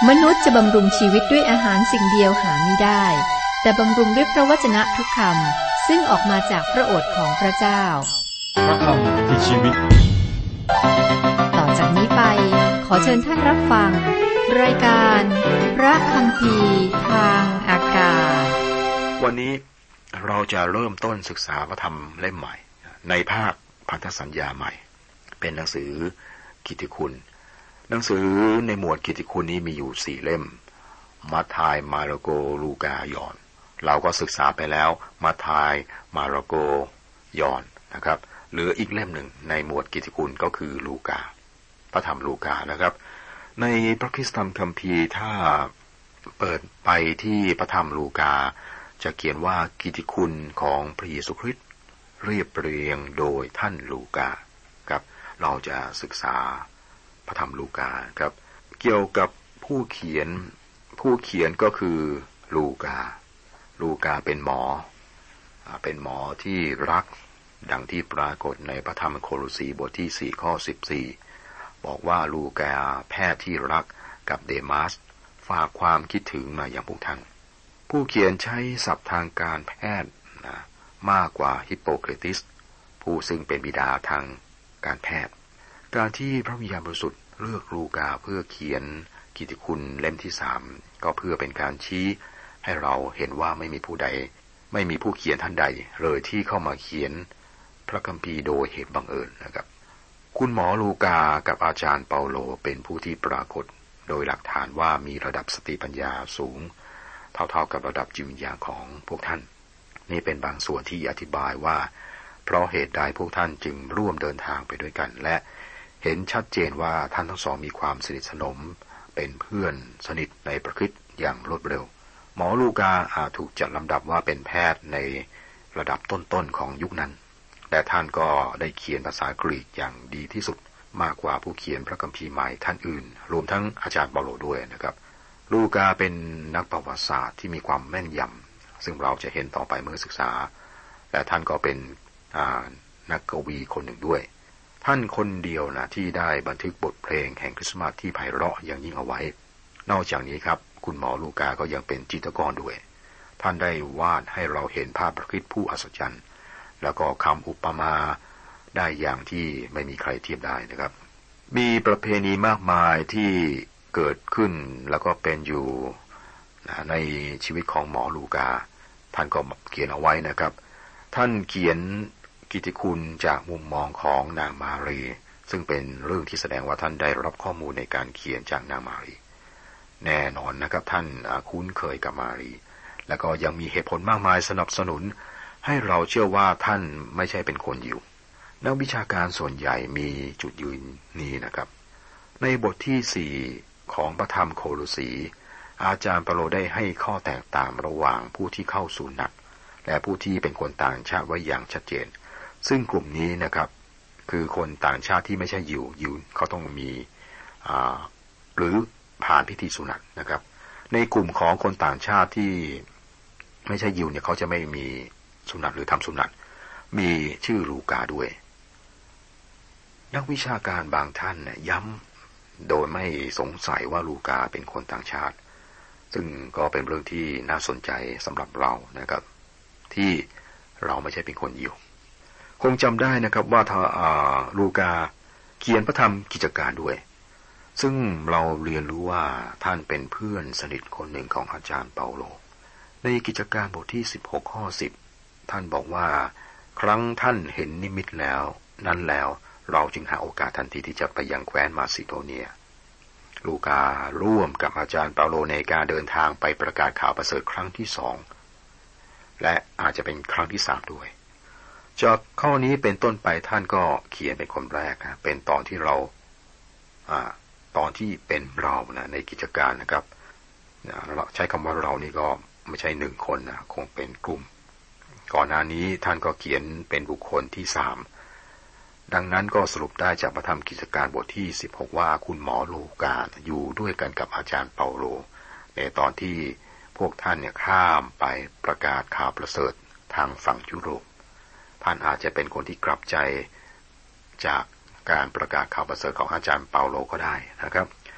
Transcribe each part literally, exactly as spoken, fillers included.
มนุษย์จะบำรุงชีวิตด้วยอาหารสิ่งเดียวหาไม่ได้แต่บำรุงด้วยพระวจนะทุกคำซึ่งออกมาจากพระโอษฐ์ของพระเจ้าพระคำคือชีวิตต่อจากนี้ไปขอเชิญท่านรับฟังรายการพระคัมภีร์ทางอากาศวันนี้เราจะเริ่มต้นศึกษาพระธรรมเล่มใหม่ในภาคพันธสัญญาใหม่เป็นหนังสือกิตติคุณหนังสือในหมวดกิตติคุณนี้มีอยู่สี่เล่มมัทธิวมาระโกลูกายอห์นเราก็ศึกษาไปแล้วมัทธิวมาระโกยอห์นนะครับเหลืออีกเล่มหนึ่งในหมวดกิตติคุณก็คือลูกาพระธรรมลูกานะครับในพระคริสตธรรมคัมภีร์ถ้าเปิดไปที่พระธรรมลูกาจะเขียนว่ากิตติคุณของพระเยซูคริสต์เรียบเรียงโดยท่านลูกาครับเราจะศึกษาพระธรรมลูกาครับเกี่ยวกับผู้เขียนผู้เขียนก็คือลูกาลูกาเป็นหมอเป็นหมอที่รักดังที่ปรากฏในพระธรรมโคโลสีบทที่สี่ข้อสิบสี่บอกว่าลูกาแพทย์ที่รักกับเดมาสฝากความคิดถึงมาอย่างพวกท่านผู้เขียนใช้ศัพท์ทางการแพทย์นะมากกว่าฮิปโปเครติสผู้ซึ่งเป็นบิดาทางการแพทย์การที่พระวิญญาณบริสุทธิ์เลือกลูกาเพื่อเขียนกิตติคุณเล่มที่สามก็เพื่อเป็นการชี้ให้เราเห็นว่าไม่มีผู้ใดไม่มีผู้เขียนท่านใดเลยที่เข้ามาเขียนพระคัมภีร์โดยเหตุบังเอิญนะครับคุณหมอลูกากับอาจารย์เปาโลเป็นผู้ที่ปรากฏโดยหลักฐานว่ามีระดับสติปัญญาสูงเท่าๆกับระดับจิตวิญญาณของพวกท่านนี่เป็นบางส่วนที่อธิบายว่าเพราะเหตุใดพวกท่านจึงร่วมเดินทางไปด้วยกันและเห็นชัดเจนว่าท่านทั้งสองมีความสนิทสนมเป็นเพื่อนสนิทในพระคริสต์อย่างรวดเร็วหมอลูกาอาจถูกจัดลำดับว่าเป็นแพทย์ในระดับต้นๆของยุคนั้นแต่ท่านก็ได้เขียนภาษากรีกอย่างดีที่สุดมากกว่าผู้เขียนพระคัมภีร์ใหม่ท่านอื่นรวมทั้งอาจารย์เปาโลด้วยนะครับลูกาเป็นนักประวัติศาสตร์ที่มีความแม่นยำซึ่งเราจะเห็นต่อไปเมื่อศึกษาและท่านก็เป็นนักกวีคนหนึ่งด้วยท่านคนเดียวนะที่ได้บันทึกบทเพลงแห่งคริสต์มาสที่ไพเราะอย่างยิ่งเอาไว้นอกจากนี้ครับคุณหมอลูกาก็ยังเป็นจิตรกรด้วยท่านได้วาดให้เราเห็นภาพพระคริสต์ผู้อัศจรรย์แล้วก็คำอุปมาได้อย่างที่ไม่มีใครเทียบได้นะครับมีประเพณีมากมายที่เกิดขึ้นแล้วก็เป็นอยู่ในชีวิตของหมอลูกาท่านก็เขียนเอาไว้นะครับท่านเขียนกิตติคุณจากมุมมองของนางมารีซึ่งเป็นเรื่องที่แสดงว่าท่านได้รับข้อมูลในการเขียนจากนางมารีแน่นอนนะครับท่านคุ้นเคยกับมารีแล้วก็ยังมีเหตุผลมากมายสนับสนุนให้เราเชื่อว่าท่านไม่ใช่เป็นคนยิวนักวิชาการส่วนใหญ่มีจุดยืนนี้นะครับในบทที่สี่ของพระธรรมโคโลสีอาจารย์เปาโลได้ให้ข้อแตกต่างระหว่างผู้ที่เข้าสู่หนักและผู้ที่เป็นคนต่างชาติไว้อย่างชัดเจนซึ่งกลุ่มนี้นะครับคือคนต่างชาติที่ไม่ใช่ยิวยิวเขาต้องมีหรือผ่านพิธีสุนัตนะครับในกลุ่มของคนต่างชาติที่ไม่ใช่ยิวเนี่ยเขาจะไม่มีสุนัตหรือทำสุนัตมีชื่อลูกาด้วยนักวิชาการบางท่านเนี่ยย้ำโดยไม่สงสัยว่าลูกาเป็นคนต่างชาติซึ่งก็เป็นเรื่องที่น่าสนใจสำหรับเรานะครับที่เราไม่ใช่เป็นคนยิวคงจำได้นะครับว่าลูกาเขียนพระธรรมกิจการด้วยซึ่งเราเรียนรู้ว่าท่านเป็นเพื่อนสนิทคนหนึ่งของอาจารย์เปาโลในกิจการบทที่สิบหกข้อสิบท่านบอกว่าครั้งท่านเห็นนิมิตแล้วนั้นแล้วเราจึงหาโอกาสทันทีที่จะไปยังแคว้นมาซิโดเนียลูการ่วมกับอาจารย์เปาโลในการเดินทางไปประกาศข่าวประเสริฐครั้งที่สองและอาจจะเป็นครั้งที่สามด้วยจากข้อนี้เป็นต้นไปท่านก็เขียนเป็นคนแรกนะเป็นตอนที่เราอ่าตอนที่เป็นเรานะในกิจการนะครับเราใช้คำว่าเรานี่ก็ไม่ใช่หนึ่งคนนะคงเป็นกลุ่มก่อนหน้านี้ท่านก็เขียนเป็นบุคคลที่สามดังนั้นก็สรุปได้จากพระธรรมกิจการบทที่สิบหกว่าคุณหมอลูกาอยู่ด้วยกันกับอาจารย์เปาโลในตอนที่พวกท่านเนี่ยข้ามไปประกาศข่าวประเสริฐทางฝั่งยุโรปท่านอาจจะเป็นคนที่กลับใจจากการประกาศข่าวประเสริฐของอาจารย์เปาโลก็ได้นะครับ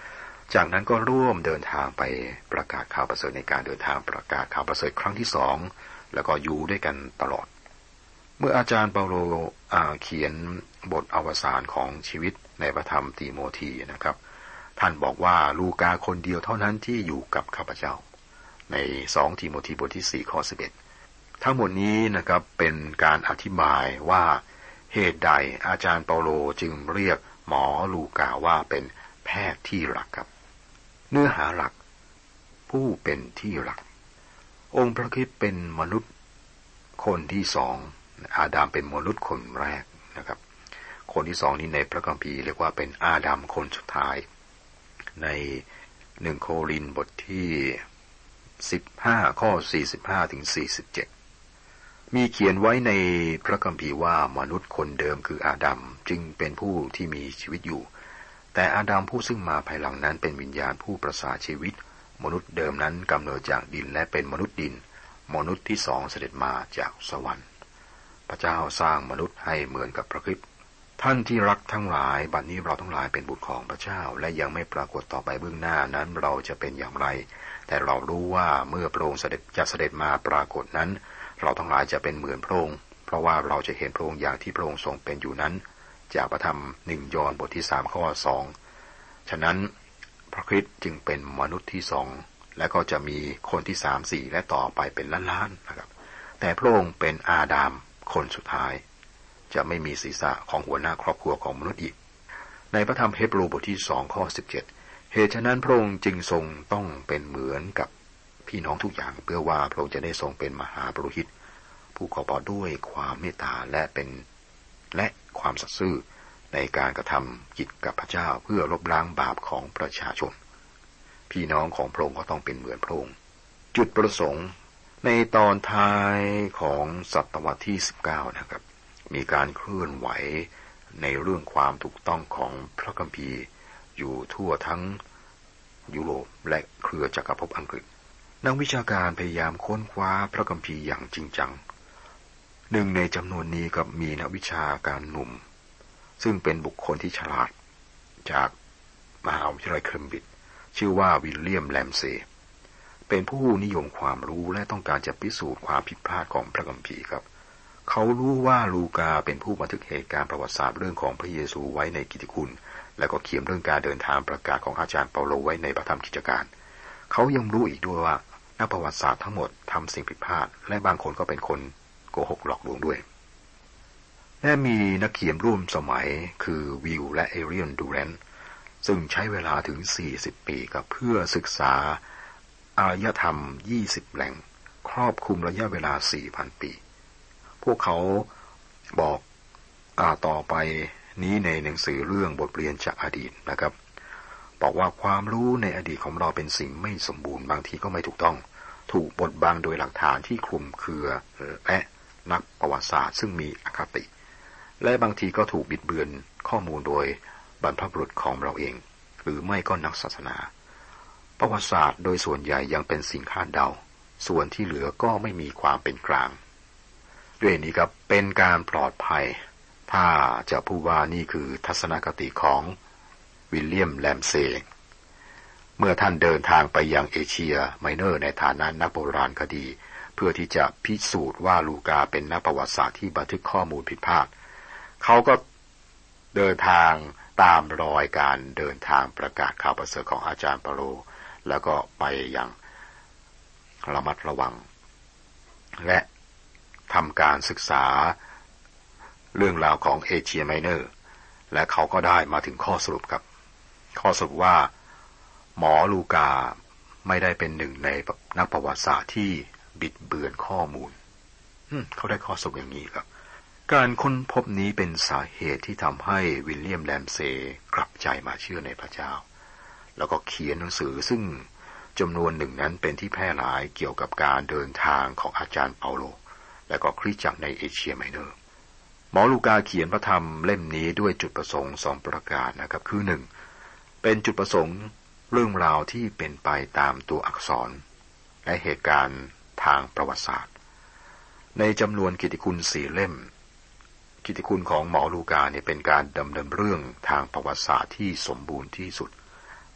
จากนั้นก็ร่วมเดินทางไปประกาศข่าวประเสริฐในการเดินทางประกาศข่าวประเสริฐครั้งที่สองแล้วก็อยู่ด้วยกันตลอดเมื่ออาจารย์เปาโลเขียนบทอวสานของชีวิตในพระธรรมติโมธีนะครับท่านบอกว่าลูกาคนเดียวเท่านั้นที่อยู่กับข้าพเจ้าในสองติโมธีบทที่สี่ข้อสิบเอ็ดทั้งหมดนี้นะครับเป็นการอธิบายว่าเหตุใดอาจารย์เปาโลจึงเรียกหมอลูกาว่าเป็นแพทย์ที่รักครับเนื้อหาหลักผู้เป็นที่รักองค์พระคริสต์เป็นมนุษย์คนที่สองอาดัมเป็นมนุษย์คนแรกนะครับคนที่สองนี้ในพระคัมภีร์เรียกว่าเป็นอาดัมคนสุดท้ายในหนึ่งโครินธ์บทที่สิบห้าข้อสี่สิบห้าถึงสี่สิบเจ็ดมีเขียนไว้ในพระคัมภีร์ว่ามนุษย์คนเดิมคืออาดัมจึงเป็นผู้ที่มีชีวิตอยู่แต่อาดัมผู้ซึ่งมาภายหลังนั้นเป็นวิญญาณผู้ประสาทชีวิตมนุษย์เดิมนั้นกำเนิดจากดินและเป็นมนุษย์ดินมนุษย์ที่สองเสด็จมาจากสวรรค์พระเจ้าสร้างมนุษย์ให้เหมือนกับพระคริสต์ท่านที่รักทั้งหลายบัดนี้เราทั้งหลายเป็นบุตรของพระเจ้าและยังไม่ปรากฏต่อไปเบื้องหน้านั้นเราจะเป็นอย่างไรแต่เรารู้ว่าเมื่อพระองค์เสด็จจะเสด็จมาปรากฏนั้นเราทั้งหลายจะเป็นเหมือนพระองค์เพราะว่าเราจะเห็นพระองค์อย่างที่พระองค์ทรงเป็นอยู่นั้นจากพระธรรมหนึ่งยอห์นบทที่สามข้อสองฉะนั้นพระคริสต์จึงเป็นมนุษย์ที่สองและก็จะมีคนที่สามสี่และต่อไปเป็นล้านๆนะครับแต่พระองค์เป็นอาดัมคนสุดท้ายจะไม่มีศีรษะของหัวหน้าครอบครัวของมนุษย์อีกในพระธรรมเฮบรูบทที่สองข้อสิบเจ็ดเหตุฉะนั้นพระองค์จึงทรงต้องเป็นเหมือนกับพี่น้องทุกอย่างเพื่อว่าพระองค์จะได้ทรงเป็นมหาปุโรหิตผู้กอบกู้ด้วยความเมตตาและเป็นและความสัตย์ซื่อในการกระทำกิจกับพระเจ้าเพื่อลบล้างบาปของประชาชนพี่น้องของพระองค์ก็ต้องเป็นเหมือนพระองค์จุดประสงค์ในตอนท้ายของศตวรรษที่สิบเก้านะครับมีการเคลื่อนไหวในเรื่องความถูกต้องของพระคัมภีร์อยู่ทั่วทั้งยุโรปและเครือจักรภพอังกฤษนักวิชาการพยายามค้นคว้าพระคัมภีร์อย่างจริงจังหนึ่งในจำนวนนี้ก็มีนักวิชาการหนุ่มซึ่งเป็นบุคคลที่ฉลาดจากมหาวิทยาลัยเคมบริดจ์ชื่อว่าวิลเลียมแลมเซย์เป็นผู้นิยมความรู้และต้องการจะพิสูจน์ความผิดพลาดของพระคัมภีร์ครับเขารู้ว่าลูกาเป็นผู้บันทึกเหตุการณ์ประวัติศาสตร์เรื่องของพระเยซูไว้ในกิตติคุณและก็เขียนเรื่องการเดินทางประกาศของอาจารย์เปาโลไว้ในพระธรรมกิจการเขายังรู้อีกด้วยว่านักประวัติศาสตร์ทั้งหมดทำสิ่งผิดพลาดและบางคนก็เป็นคนโกหกหลอกลวงด้วยและมีนักเขียนร่วมสมัยคือวิลและเอเรียนดูแรนต์ซึ่งใช้เวลาถึงสี่สิบปีกับเพื่อศึกษาอารยธรรมยี่สิบแหล่งครอบคลุมระยะเวลา สี่พัน ปีพวกเขาบอกอ่าต่อไปนี้ในหนังสือเรื่องบทเรียนจากอดีตนะครับบอกว่าความรู้ในอดีตของเราเป็นสิ่งไม่สมบูรณ์บางทีก็ไม่ถูกต้องถูกบดบังโดยหลักฐานที่คลุมเครือและนักประวัติศาสตร์ซึ่งมีอคติและบางทีก็ถูกบิดเบือนข้อมูลโดยบรรพบุรุษของเราเองหรือไม่ก็นักศาสนาประวัติศาสตร์โดยส่วนใหญ่ยังเป็นสิ่งคาดเดาส่วนที่เหลือก็ไม่มีความเป็นกลางด้วยนี้ครับเป็นการปลอดภัยถ้าจะพูดว่านี่คือทัศนคติของวิลเลียมแลมเซย์เมื่อท่านเดินทางไปยังเอเชียไมเนอร์ในฐานะนักโบราณคดีเพื่อที่จะพิสูจน์ว่าลูกาเป็นนักประวัติศาสตร์ที่บันทึกข้อมูลผิดพลาดเขาก็เดินทางตามรอยการเดินทางประกาศข่าวประเสริฐของอาจารย์เปาโลแล้วก็ไปอย่างระมัดระวังและทำการศึกษาเรื่องราวของเอเชียไมเนอร์และเขาก็ได้มาถึงข้อสรุปครับข้อสรุปว่าหมอลูกาไม่ได้เป็นหนึ่งในนักประวัติศาสตร์ที่บิดเบือนข้อมูลเขาได้ข้อสรุปอย่างนี้ครับการค้นพบนี้เป็นสาเหตุที่ทำให้วิลเลียมแลมเซย์กลับใจมาเชื่อในพระเจ้าแล้วก็เขียนหนังสือซึ่งจำนวนหนึ่งนั้นเป็นที่แพร่หลายเกี่ยวกับการเดินทางของอาจารย์เปาโลและก็คริสตจักรในเอเชียไมเนอร์หมอลูกาเขียนพระธรรมเล่มนี้ด้วยจุดประสงค์สองประการนะครับคือหนึ่งเป็นจุดประสงค์เรื่องราวที่เป็นไปตามตัวอักษรและเหตุการณ์ทางประวัติศาสตร์ในจำนวนกิตติคุณสี่เล่มกิตติคุณของหมอลูกาเนี่ยเป็นการดำเนินเรื่องทางประวัติศาสตร์ที่สมบูรณ์ที่สุด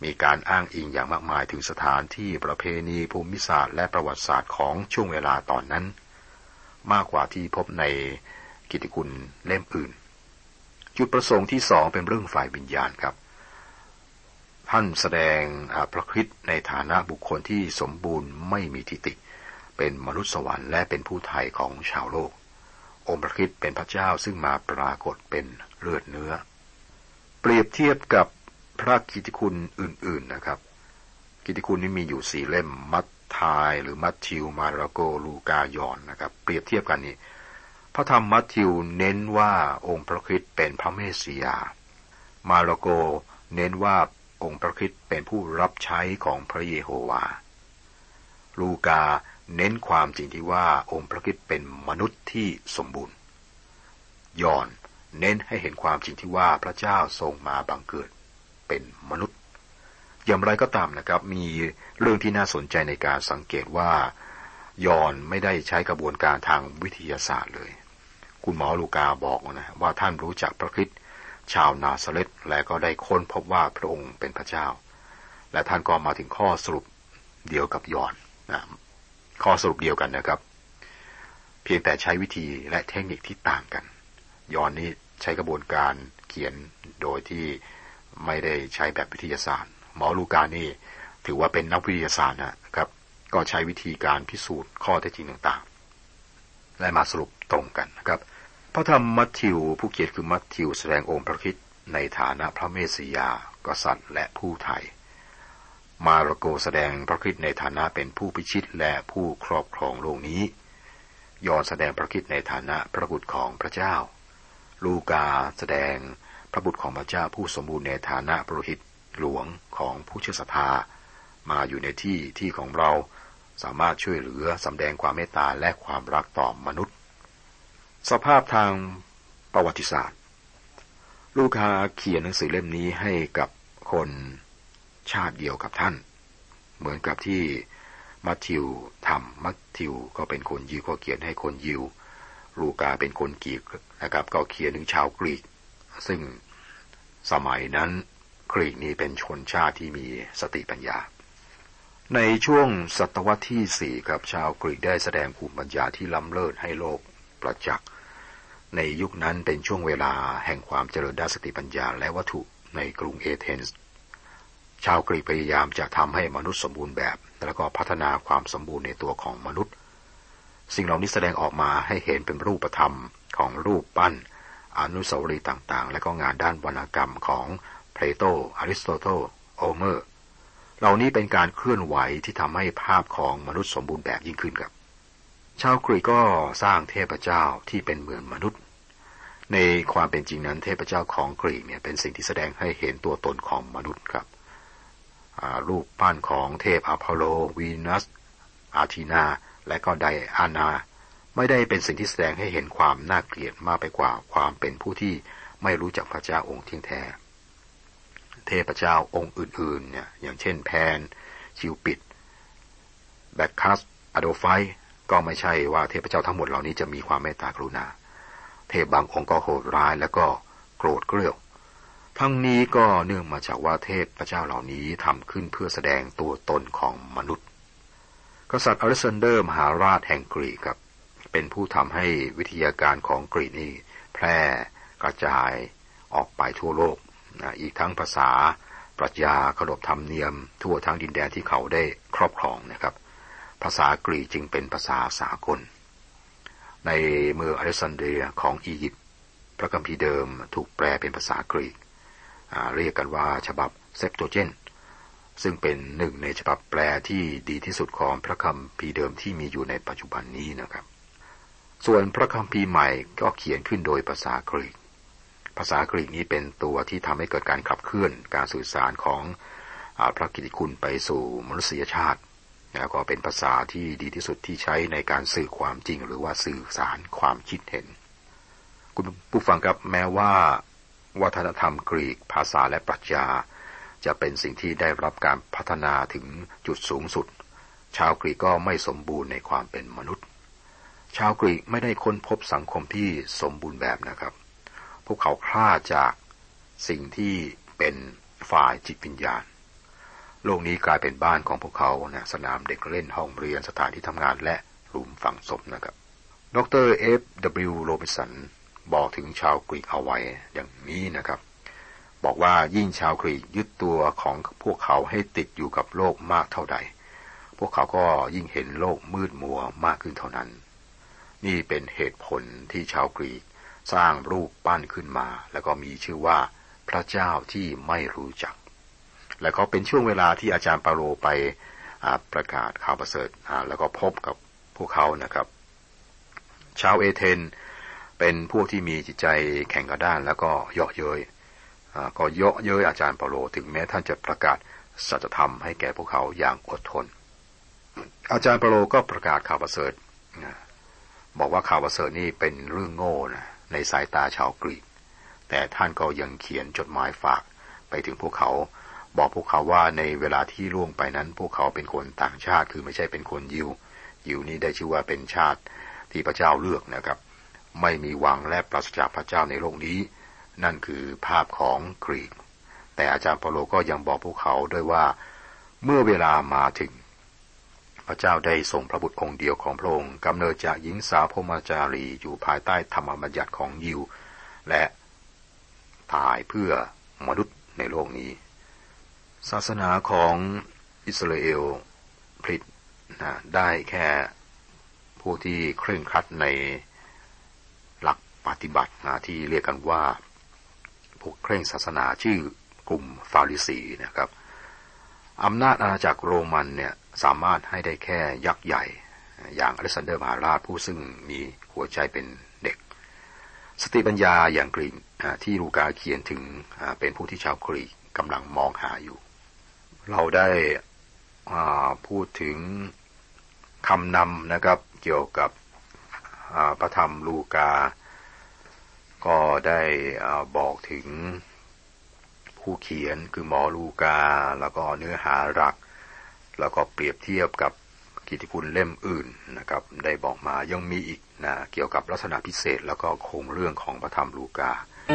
มีการอ้างอิงอย่างมากมายถึงสถานที่ประเพณีภูมิศาสตร์และประวัติศาสตร์ของช่วงเวลาตอนนั้นมากกว่าที่พบในกิตติคุณเล่มอื่นจุดประสงค์ที่สองเป็นเรื่องฝ่ายวิญญาณครับท่านแสดงพระคริสต์ในฐานะบุคคลที่สมบูรณ์ไม่มีทิฏฐิเป็นมนุษย์สวรรค์และเป็นผู้ไถ่ของชาวโลกองค์พระคริสต์เป็นพระเจ้าซึ่งมาปรากฏเป็นเลือดเนื้อเปรียบเทียบกับพระกิตติคุณอื่นๆนะครับกิตติคุณนี้มีอยู่สี่เล่มมัทธายหรือมัทธิวมาระโกลูกายอห์นนะครับเปรียบเทียบกันนี้พระธรรมมัทธิวเน้นว่าองค์พระคริสต์เป็นพระเมสสิยามาระโกเน้นว่าองค์พระคริสต์เป็นผู้รับใช้ของพระเยโฮวาลูกาเน้นความจริงที่ว่าองค์พระคริสต์เป็นมนุษย์ที่สมบูรณ์ยอห์นเน้นให้เห็นความจริงที่ว่าพระเจ้าทรงมาบังเกิดเป็นมนุษย์อย่างไรก็ตามนะครับมีเรื่องที่น่าสนใจในการสังเกตว่ายอห์นไม่ได้ใช้กระบวนการทางวิทยาศาสตร์เลยคุณหมอลูกาบอกนะว่าท่านรู้จักพระคริสต์ชาวนาซาเรตและก็ได้ค้นพบว่าพระองค์เป็นพระเจ้าและท่านก็มาถึงข้อสรุปเดียวกับยอห์นนะข้อสรุปเดียวกันนะครับเพียงแต่ใช้วิธีและเทคนิคที่ต่างกันยอห์นนี้ใช้กระบวนการเขียนโดยที่ไม่ได้ใช้แบบวิทยาศาสตร์หมอลูกานี่ถือว่าเป็นนักวิทยาศาสตร์นะครับก็ใช้วิธีการพิสูจน์ข้อเท็จจริงต่างๆและมาสรุปตรงกันนะครับพระธรรมมัทธิวผู้เขียนคือมัทธิวแสดงองค์พระคริสต์ในฐานะพระเมสสิยากษัตริย์และผู้ไถ่มาระโกแสดงพระคริสต์ในฐานะเป็นผู้พิชิตและผู้ครอบครองโลกนี้ยอห์นแสดงพระคริสต์ในฐานะพระบุตรของพระเจ้าลูกาแสดงพระบุตรของพระเจ้าผู้สมบูรณ์ในฐานะปุโรหิตหลวงของผู้เชื่อศรัทธามาอยู่ในที่ที่ของเราสามารถช่วยเหลือสำแดงความเมตตาและความรักต่อมนุษย์สภาพทางประวัติศาสตร์ลูกาเขียนหนังสือเล่มนี้ให้กับคนชาติเดียวกับท่านเหมือนกับที่มัทธิวทำมัทธิวก็เป็นคนยิวก็เขียนให้คนยิวลูกาเป็นคนกรีกนะครับก็เขียนถึงชาวกรีกซึ่งสมัยนั้นกรีกนี่เป็นชนชาติที่มีสติปัญญาในช่วงศตวรรษที่สี่ครับชาวกรีกได้แสดงภูมิปัญญาที่ล้ำเลิศให้โลกประจักษ์ในยุคนั้นเป็นช่วงเวลาแห่งความเจริญด้านสติปัญญาและวัตถุในกรุงเอเธนส์ชาวกรีกพยายามจะทำให้มนุษย์สมบูรณ์แบบแล้วก็พัฒนาความสมบูรณ์ในตัวของมนุษย์สิ่งเหล่านี้แสดงออกมาให้เห็นเป็นรูปธรรมของรูปปั้นอนุสาวรีย์ต่างๆและก็งานด้านวรรณกรรมของเพลโตอริสโตเติลโอเมอร์เหล่านี้เป็นการเคลื่อนไหวที่ทำให้ภาพของมนุษย์สมบูรณ์แบบยิ่งขึ้นครับชาวกรีกก็สร้างเทพเจ้าที่เป็นเหมือนมนุษย์ในความเป็นจริงนั้นเทพเจ้าของกรีกเนี่ยเป็นสิ่งที่แสดงให้เห็นตัวตนของมนุษย์ครับรูปปั้นของเทพอพอลโลวีนัสอาธีนาและก็ไดอานาไม่ได้เป็นสิ่งที่แสดงให้เห็นความน่าเกลียดมากไปกว่าความเป็นผู้ที่ไม่รู้จักพระเจ้าองค์ที่แท้เทพเจ้าองค์อื่นๆเนี่ยอย่างเช่นแพนคิวปิดแบคคัสอโดไฟก็ไม่ใช่ว่าเทพเจ้าทั้งหมดเหล่านี้จะมีความเมตตากรุณาเทพบางองค์ก็โหดร้ายและก็โกรธเกรี้ยวทั้งนี้ก็เนื่องมาจากว่าเทพเจ้าเหล่านี้ทำขึ้นเพื่อแสดงตัวตนของมนุษย์กษัตริย์อเล็กซานเดอร์มหาราชแห่งกรีกครับเป็นผู้ทำให้วิทยาการของกรีกนี้แพร่กระจายออกไปทั่วโลกนะอีกทั้งภาษาปรัชญาขนบธรรมเนียมทั่วทั้งดินแดนที่เขาได้ครอบครองนะครับภาษากรีกจึงเป็นภาษาสากลในเมืองอเล็กซานเดรียของอียิปต์พระคัมภีร์เดิมถูกแปลเป็นภาษากรีกเรียกกันว่าฉบับเซปโตเจนซึ่งเป็นหนึ่งในฉบับแปลที่ดีที่สุดของพระคัมภีร์เดิมที่มีอยู่ในปัจจุบันนี้นะครับส่วนพระคัมภีร์ใหม่ก็เขียนขึ้นโดยภาษากรีกภาษากรีกนี้เป็นตัวที่ทำให้เกิดการขับเคลื่อนการสื่อสารของพระกิตติคุณไปสู่มนุษยชาติแล้วก็เป็นภาษาที่ดีที่สุดที่ใช้ในการสื่อความจริงหรือว่าสื่อสารความคิดเห็นคุณผู้ฟังครับแม้ว่าวัฒนธรรมกรีกภาษาและปรัชญาจะเป็นสิ่งที่ได้รับการพัฒนาถึงจุดสูงสุดชาวกรีกก็ไม่สมบูรณ์ในความเป็นมนุษย์ชาวกรีกไม่ได้ค้นพบสังคมที่สมบูรณ์แบบนะครับพวกเขาคลาดจากสิ่งที่เป็นฝ่ายจิตวิญญาณโลกนี้กลายเป็นบ้านของพวกเขานะสนามเด็กเล่นห้องเรียนสถานที่ทำงานและหลุมฝังศพนะครับดรเอฟ ดับเบิลยู โรบินสันบอกถึงชาวกรีกเอาไว้อย่างนี้นะครับบอกว่ายิ่งชาวกรีกยึดตัวของพวกเขาให้ติดอยู่กับโลกมากเท่าใดพวกเขาก็ยิ่งเห็นโลกมืดมัวมากขึ้นเท่านั้นนี่เป็นเหตุผลที่ชาวกรีกสร้างรูปปั้นขึ้นมาแล้วก็มีชื่อว่าพระเจ้าที่ไม่รู้จักและก็เป็นช่วงเวลาที่อาจารย์เปาโลไปประกาศข่าวประเสริฐแล้วก็พบกับพวกเขานะครับชาวเอเธนเป็นพวกที่มีจิตใจแข็งกระด้านแล้วก็เยาะเย้ยก็เยาะเย้ยอาจารย์เปาโลถึงแม้ท่านจะประกาศสัจธรรมให้แก่พวกเขาอย่างอดทนอาจารย์เปาโลก็ประกาศข่าวประเสริฐบอกว่าข่าวประเสริฐนี่เป็นเรื่องโง่นะในสายตาชาวกรีกแต่ท่านก็ยังเขียนจดหมายฝากไปถึงพวกเขาบอกพวกเขาว่าในเวลาที่ล่วงไปนั้นพวกเขาเป็นคนต่างชาติคือไม่ใช่เป็นคนยิวยิวนี่ได้ชื่อว่าเป็นชาติที่พระเจ้าเลือกนะครับไม่มีวังและปราศจากพระเจ้าในโลกนี้นั่นคือภาพของกรีกแต่อาจารย์เปาโลก็ยังบอกพวกเขาด้วยว่าเมื่อเวลามาถึงพระเจ้าได้ส่งพระบุตรองค์เดียวของพระองค์กำเนิดจากหญิงสาวพรหมจารีอยู่ภายใต้ธรรมบัญญัติของยิวและตายเพื่อมนุษย์ในโลกนี้ศาสนาของอิสราเอลผลิตนะได้แค่ผู้ที่เคร่งครัดในหลักปฏิบัตินะที่เรียกกันว่าพวกเคร่งศาสนาชื่อกลุ่มฟาริสีนะครับอำนาจอาณาจักรโรมันเนี่ยสามารถให้ได้แค่ยักษ์ใหญ่อย่างอเล็กซานเดอร์มหาราชผู้ซึ่งมีหัวใจเป็นเด็กสติปัญญาอย่างกรีกที่ลูกาเขียนถึงเป็นผู้ที่ชาวกรีกกำลังมองหาอยู่เราได้พูดถึงคำนำนะครับเกี่ยวกับพระธรรมลูกาก็ได้บอกถึงผู้เขียนคือหมอลูกาแล้วก็เนื้อหาหลักแล้วก็เปรียบเทียบกับกิตติคุณเล่มอื่นนะครับได้บอกมายังมีอีกนะเกี่ยวกับลักษณะพิเศษแล้วก็โครงเรื่องของพระธรรมลูกา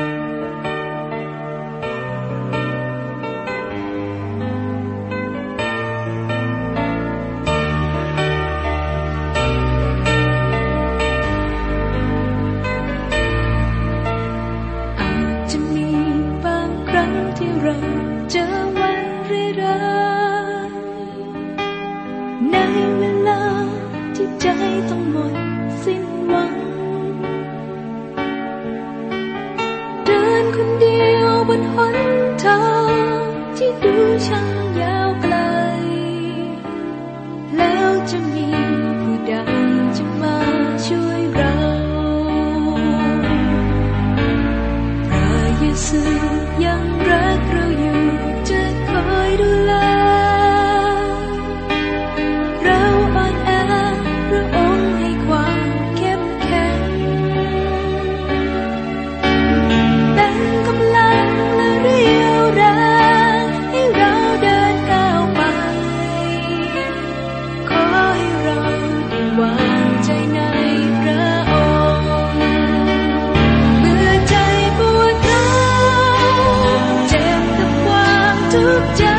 ช่างยาวไกลแล้วจะมีผู้ใดจะมาช่วยเราพระเยซูยังรักเราอยู่จะคอยดูแลเราอ่อนแอพระองค์ให้ความเข้มแข็งเป็นกำลังและเรี่ยวแรงทุกใจ